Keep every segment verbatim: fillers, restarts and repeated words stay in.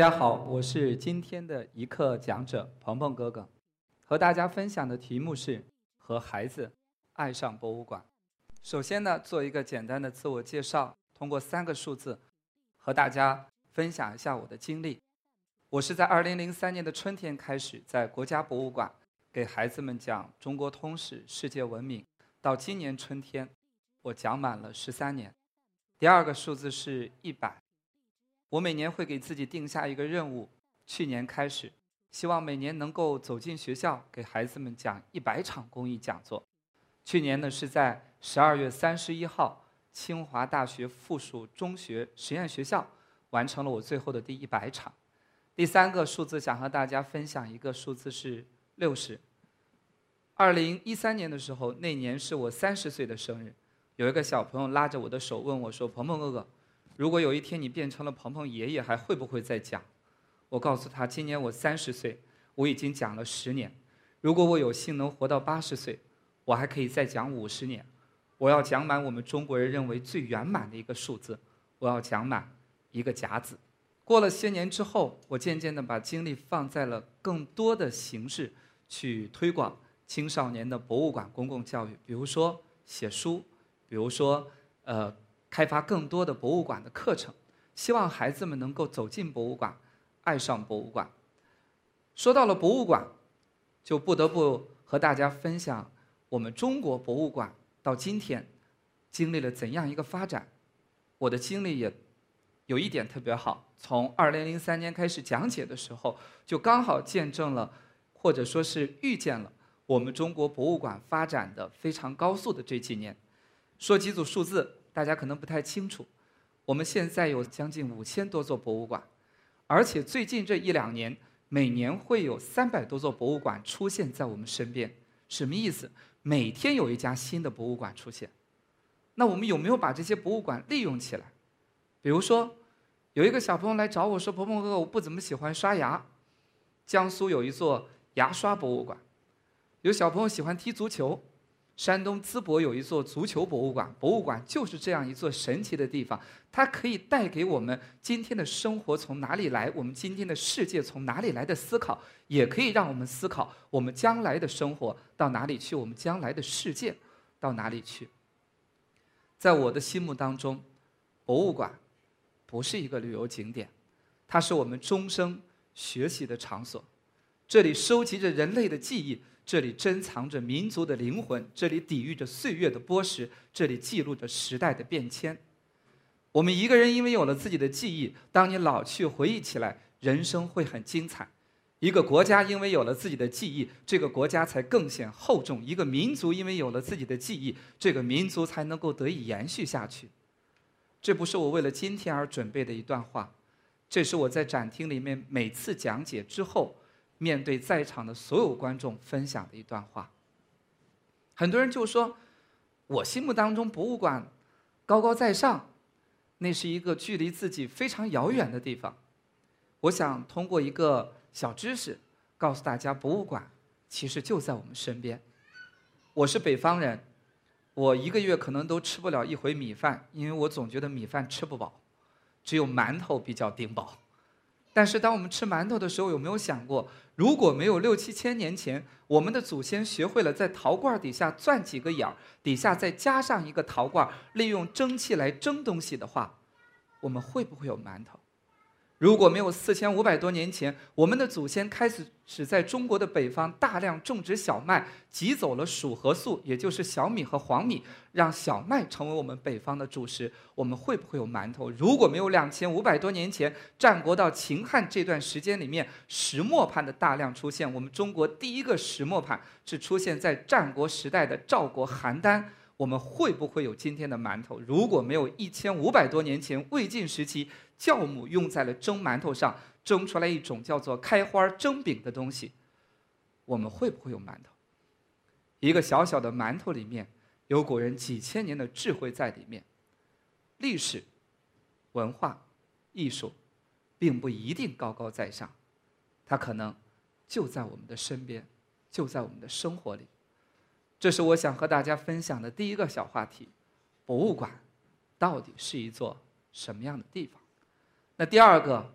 家好，我是今天的一课讲者鹏鹏哥哥，和大家分享的题目是和孩子爱上博物馆。首先呢，做一个简单的自我介绍，通过三个数字和大家分享一下我的经历。我是在二零零三年的春天开始，在国家博物馆给孩子们讲中国通史、世界文明，到今年春天，我讲满了十三年。第二个数字是一百。我每年会给自己定下一个任务，去年开始，希望每年能够走进学校，给孩子们讲一百场公益讲座。去年呢是在十二月三十一号，清华大学附属中学实验学校完成了我最后的第一百场。第三个数字想和大家分享一个数字是六十。二零一三年的时候，那年是我三十岁的生日，有一个小朋友拉着我的手问我说：“鹏鹏哥哥，如果有一天你变成了鹏鹏爷爷，还会不会再讲？”我告诉他，今年我三十岁，我已经讲了十年。如果我有幸能活到八十岁，我还可以再讲五十年。我要讲满我们中国人认为最圆满的一个数字，我要讲满一个甲子。过了些年之后，我渐渐地把精力放在了更多的形式去推广青少年的博物馆公共教育，比如说写书，比如说呃。开发更多的博物馆的课程，希望孩子们能够走进博物馆，爱上博物馆。说到了博物馆，就不得不和大家分享我们中国博物馆到今天经历了怎样一个发展。我的经历也有一点特别好，从二零零三年开始讲解的时候，就刚好见证了，或者说是预见了我们中国博物馆发展的非常高速的这几年。说几组数字，大家可能不太清楚，我们现在有将近五千多座博物馆，而且最近这一两年，每年会有三百多座博物馆出现在我们身边。什么意思？每天有一家新的博物馆出现。那我们有没有把这些博物馆利用起来？比如说，有一个小朋友来找我说：“鹏鹏哥哥，我不怎么喜欢刷牙。”江苏有一座牙刷博物馆。有小朋友喜欢踢足球。山东淄博有一座足球博物馆，博物馆就是这样一座神奇的地方，它可以带给我们今天的生活从哪里来，我们今天的世界从哪里来的思考，也可以让我们思考我们将来的生活到哪里去，我们将来的世界到哪里去。在我的心目当中，博物馆不是一个旅游景点，它是我们终生学习的场所，这里收集着人类的记忆，这里珍藏着民族的灵魂，这里抵御着岁月的剥蚀，这里记录着时代的变迁。我们一个人因为有了自己的记忆，当你老去回忆起来，人生会很精彩。一个国家因为有了自己的记忆，这个国家才更显厚重。一个民族因为有了自己的记忆，这个民族才能够得以延续下去。这不是我为了今天而准备的一段话，这是我在展厅里面每次讲解之后面对在场的所有观众分享的一段话。很多人就说，我心目当中博物馆高高在上，那是一个距离自己非常遥远的地方。我想通过一个小知识告诉大家，博物馆其实就在我们身边。我是北方人，我一个月可能都吃不了一回米饭，因为我总觉得米饭吃不饱，只有馒头比较顶饱。但是当我们吃馒头的时候，有没有想过，如果没有六七千年前我们的祖先学会了在陶罐底下钻几个眼儿，底下再加上一个陶罐，利用蒸汽来蒸东西的话，我们会不会有馒头？如果没有四千五百多年前我们的祖先开始使在中国的北方大量种植小麦，挤走了黍和粟，也就是小米和黄米，让小麦成为我们北方的主食，我们会不会有馒头？如果没有两千五百多年前战国到秦汉这段时间里面石磨盘的大量出现，我们中国第一个石磨盘是出现在战国时代的赵国邯郸，我们会不会有今天的馒头？如果没有一千五百多年前魏晋时期酵母用在了蒸馒头上，蒸出来一种叫做开花蒸饼的东西，我们会不会有馒头？一个小小的馒头里面有古人几千年的智慧在里面。历史、文化、艺术并不一定高高在上，它可能就在我们的身边，就在我们的生活里。这是我想和大家分享的第一个小话题，博物馆到底是一座什么样的地方？那第二个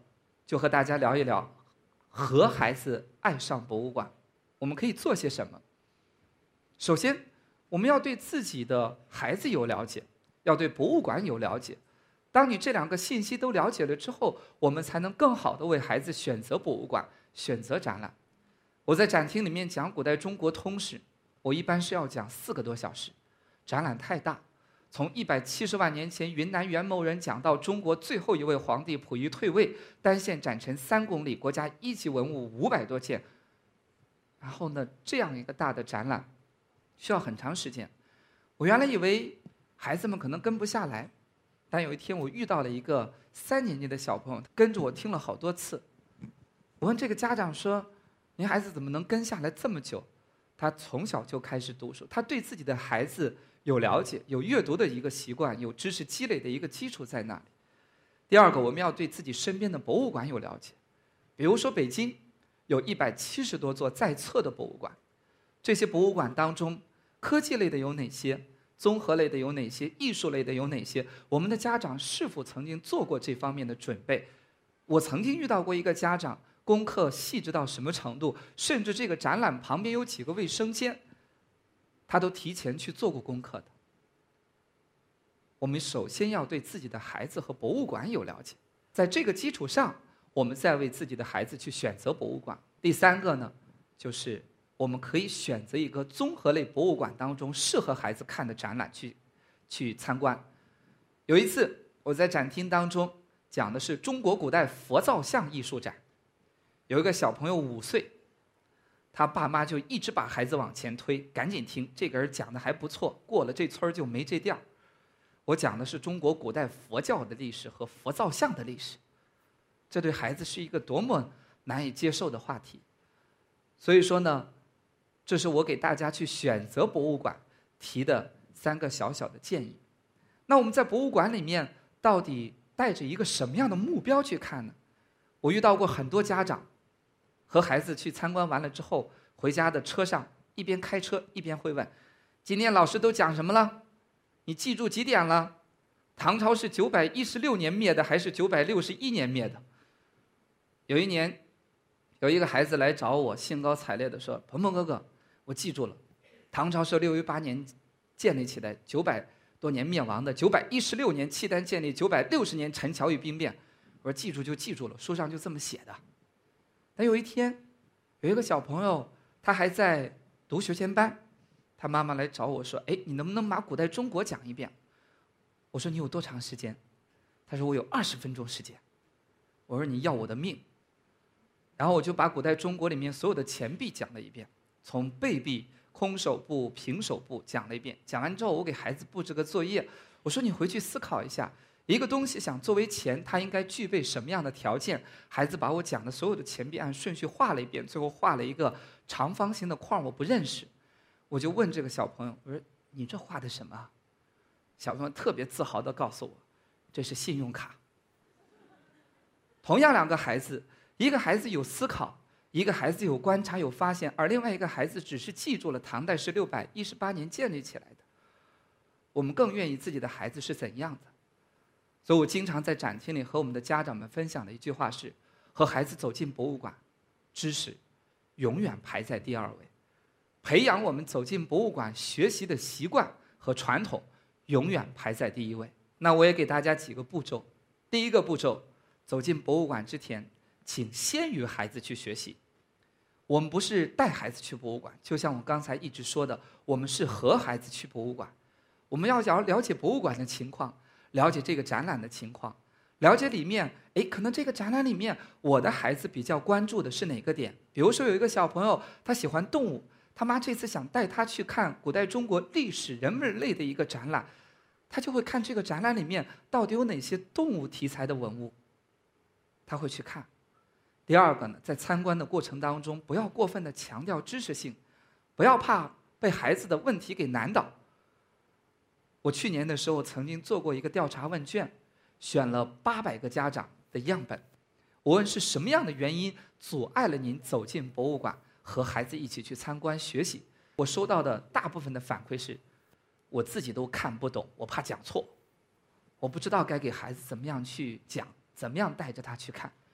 就和大家聊一聊，和孩子爱上博物馆，我们可以做些什么。首先，我们要对自己的孩子有了解，要对博物馆有了解。当你这两个信息都了解了之后，我们才能更好地为孩子选择博物馆、选择展览。我在展厅里面讲古代中国通史，我一般是要讲四个多小时，展览太大，从一百七十万年前云南元谋人讲到中国最后一位皇帝溥仪退位，单线展陈三公里，国家一级文物五百多件。然后呢，这样一个大的展览需要很长时间。我原来以为孩子们可能跟不下来，但有一天我遇到了一个三年级的小朋友，跟着我听了好多次。我问这个家长说：“您孩子怎么能跟下来这么久？”他从小就开始读书，他对自己的孩子有了解，有阅读的一个习惯，有知识积累的一个基础在那里。第二个，我们要对自己身边的博物馆有了解，比如说北京有一百七十多座在册的博物馆，这些博物馆当中，科技类的有哪些？综合类的有哪些？艺术类的有哪些？我们的家长是否曾经做过这方面的准备？我曾经遇到过一个家长，功课细致到什么程度，甚至这个展览旁边有几个卫生间，他都提前去做过功课的。我们首先要对自己的孩子和博物馆有了解，在这个基础上，我们再为自己的孩子去选择博物馆。第三个呢，就是我们可以选择一个综合类博物馆当中适合孩子看的展览去去参观。有一次我在展厅当中讲的是中国古代佛造像艺术展，有一个小朋友五岁，他爸妈就一直把孩子往前推，赶紧听，这个人讲的还不错，过了这村就没这店。我讲的是中国古代佛教的历史和佛造像的历史，这对孩子是一个多么难以接受的话题。所以说呢，这是我给大家去选择博物馆提的三个小小的建议。那我们在博物馆里面到底带着一个什么样的目标去看呢？我遇到过很多家长和孩子去参观完了之后，回家的车上一边开车一边会问：今天老师都讲什么了？你记住几点了？唐朝是九百一十六年灭的还是九百六十一年灭的？有一年有一个孩子来找我，兴高采烈地说：鹏鹏哥哥，我记住了，唐朝是六一八年建立起来，九百多年灭亡的，九百一十六年契丹建立，九百六十年陈桥与兵变。我说记住就记住了，书上就这么写的。但有一天有一个小朋友，他还在读学前班，他妈妈来找我说：哎，你能不能把古代中国讲一遍？我说你有多长时间？他说我有二十分钟时间。我说你要我的命。然后我就把古代中国里面所有的钱币讲了一遍，从贝币、空手部、平手部讲了一遍。讲完之后，我给孩子布置个作业，我说你回去思考一下，一个东西想作为钱，它应该具备什么样的条件？孩子把我讲的所有的钱币按顺序画了一遍，最后画了一个长方形的框，我不认识。我就问这个小朋友，我说你这画的什么？小朋友特别自豪地告诉我，这是信用卡。同样两个孩子，一个孩子有思考，一个孩子有观察有发现，而另外一个孩子只是记住了唐代是六百一十八年建立起来的。我们更愿意自己的孩子是怎样的。所以我经常在展厅里和我们的家长们分享的一句话是：和孩子走进博物馆，知识永远排在第二位，培养我们走进博物馆学习的习惯和传统永远排在第一位。那我也给大家几个步骤。第一个步骤，走进博物馆之前，请先于孩子去学习。我们不是带孩子去博物馆，就像我刚才一直说的，我们是和孩子去博物馆。我们要了了解博物馆的情况，了解这个展览的情况，了解里面，诶，可能这个展览里面我的孩子比较关注的是哪个点。比如说有一个小朋友，他喜欢动物，他妈这次想带他去看古代中国历史人文类的一个展览，他就会看这个展览里面到底有哪些动物题材的文物，他会去看。第二个呢，在参观的过程当中，不要过分的强调知识性，不要怕被孩子的问题给难倒。我去年的时候曾经做过一个调查问卷，选了八百个家长的样本，我问是什么样的原因阻碍了您走进博物馆和孩子一起去参观学习。我收到的大部分的反馈是，我自己都看不懂，我怕讲错，我不知道该给孩子怎么样去讲，怎么样带着他去看。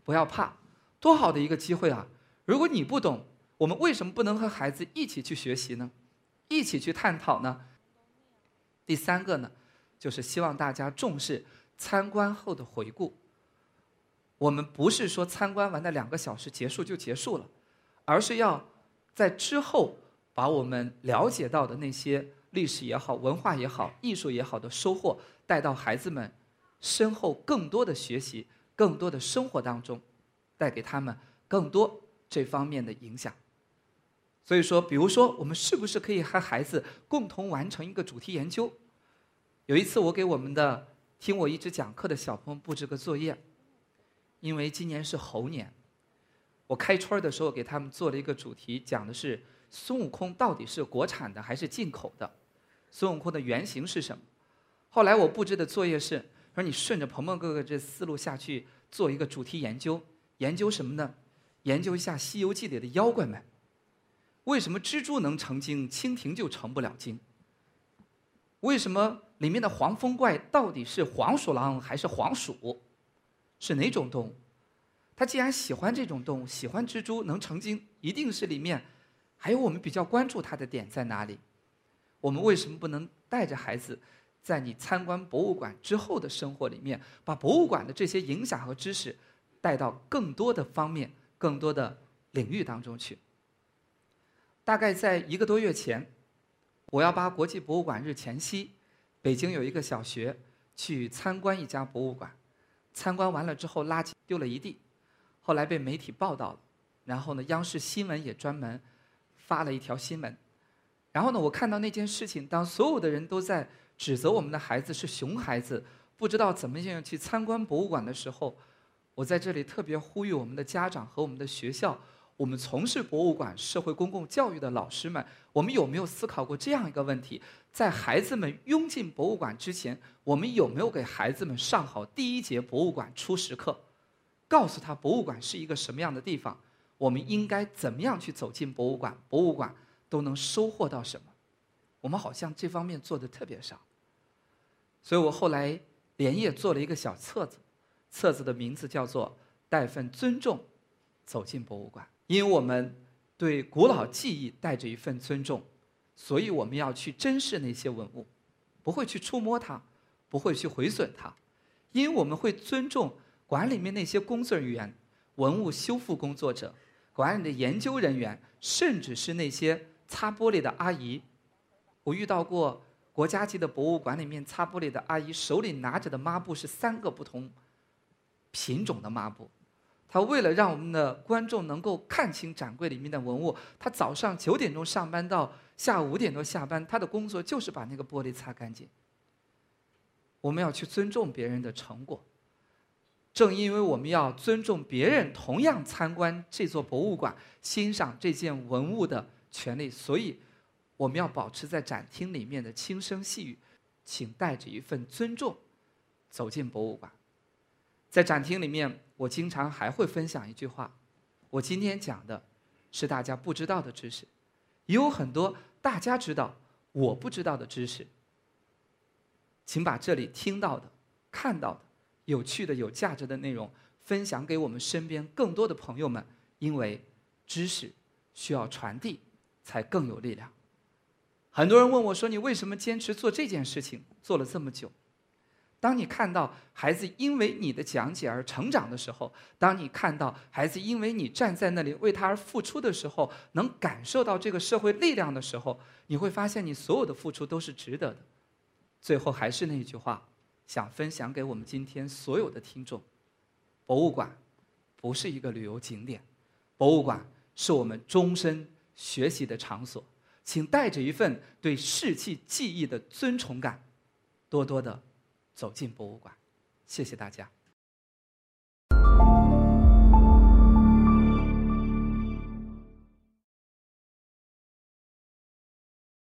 不要怕，多好的一个机会啊！如果你不懂，我们为什么不能和孩子一起去学习呢？一起去探讨呢？第三个呢，就是希望大家重视参观后的回顾。我们不是说参观完的两个小时结束就结束了，而是要在之后把我们了解到的那些历史也好、文化也好、艺术也好的收获带到孩子们身后更多的学习、更多的生活当中，带给他们更多这方面的影响。所以说，比如说，我们是不是可以和孩子共同完成一个主题研究？有一次，我给我们的听我一直讲课的小朋友布置个作业，因为今年是猴年，我开春的时候给他们做了一个主题，讲的是孙悟空到底是国产的还是进口的？孙悟空的原型是什么？后来我布置的作业是说，你顺着鹏鹏哥哥这思路下去做一个主题研究，研究什么呢？研究一下《西游记》里的妖怪们。为什么蜘蛛能成精，蜻蜓就成不了精？为什么里面的黄风怪到底是黄鼠狼还是黄鼠？是哪种动物？他既然喜欢这种动物，喜欢蜘蛛能成精，一定是里面还有我们比较关注它的点在哪里？我们为什么不能带着孩子，在你参观博物馆之后的生活里面，把博物馆的这些影响和知识带到更多的方面、更多的领域当中去？大概在一个多月前，我要八国际博物馆日前夕，北京有一个小学去参观一家博物馆，参观完了之后垃圾丢了一地，后来被媒体报道了，然后呢，央视新闻也专门发了一条新闻。然后呢，我看到那件事情，当所有的人都在指责我们的孩子是熊孩子，不知道怎么样去参观博物馆的时候，我在这里特别呼吁我们的家长和我们的学校，我们从事博物馆、社会公共教育的老师们，我们有没有思考过这样一个问题：在孩子们拥进博物馆之前，我们有没有给孩子们上好第一节博物馆初识课，告诉他博物馆是一个什么样的地方，我们应该怎么样去走进博物馆，博物馆都能收获到什么？我们好像这方面做的特别少，所以我后来连夜做了一个小册子，册子的名字叫做《带份尊重走进博物馆》。因为我们对古老记忆带着一份尊重，所以我们要去珍视那些文物，不会去触摸它，不会去毁损它。因为我们会尊重馆里面那些工作人员、文物修复工作者、馆里的研究人员，甚至是那些擦玻璃的阿姨。我遇到过国家级的博物馆里面擦玻璃的阿姨，手里拿着的抹布是三个不同品种的抹布。他为了让我们的观众能够看清展柜里面的文物，他早上九点钟上班到下午五点多下班，他的工作就是把那个玻璃擦干净。我们要去尊重别人的成果，正因为我们要尊重别人同样参观这座博物馆、欣赏这件文物的权利，所以我们要保持在展厅里面的轻声细语，请带着一份尊重走进博物馆。在展厅里面，我经常还会分享一句话：我今天讲的是大家不知道的知识，也有很多大家知道我不知道的知识。请把这里听到的、看到的、有趣的、有价值的内容分享给我们身边更多的朋友们，因为知识需要传递才更有力量。很多人问我说，你为什么坚持做这件事情，做了这么久？当你看到孩子因为你的讲解而成长的时候，当你看到孩子因为你站在那里为他而付出的时候，能感受到这个社会力量的时候，你会发现你所有的付出都是值得的。最后还是那句话，想分享给我们今天所有的听众：博物馆不是一个旅游景点，博物馆是我们终身学习的场所。请带着一份对世纪记忆的尊崇感，多多的走进博物馆。谢谢大家。